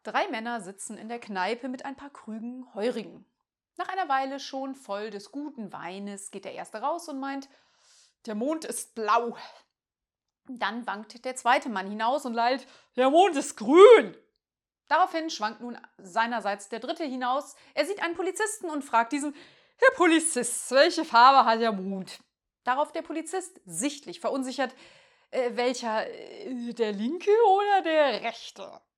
3 Männer sitzen in der Kneipe mit ein paar Krügen Heurigen. Nach einer Weile schon voll des guten Weines geht der erste raus und meint, der Mond ist blau. Dann wankt der zweite Mann hinaus und lallt, der Mond ist grün. Daraufhin schwankt nun seinerseits der dritte hinaus. Er sieht einen Polizisten und fragt diesen, Herr Polizist, welche Farbe hat der Mond? Darauf der Polizist, sichtlich verunsichert, welcher, der linke oder der rechte?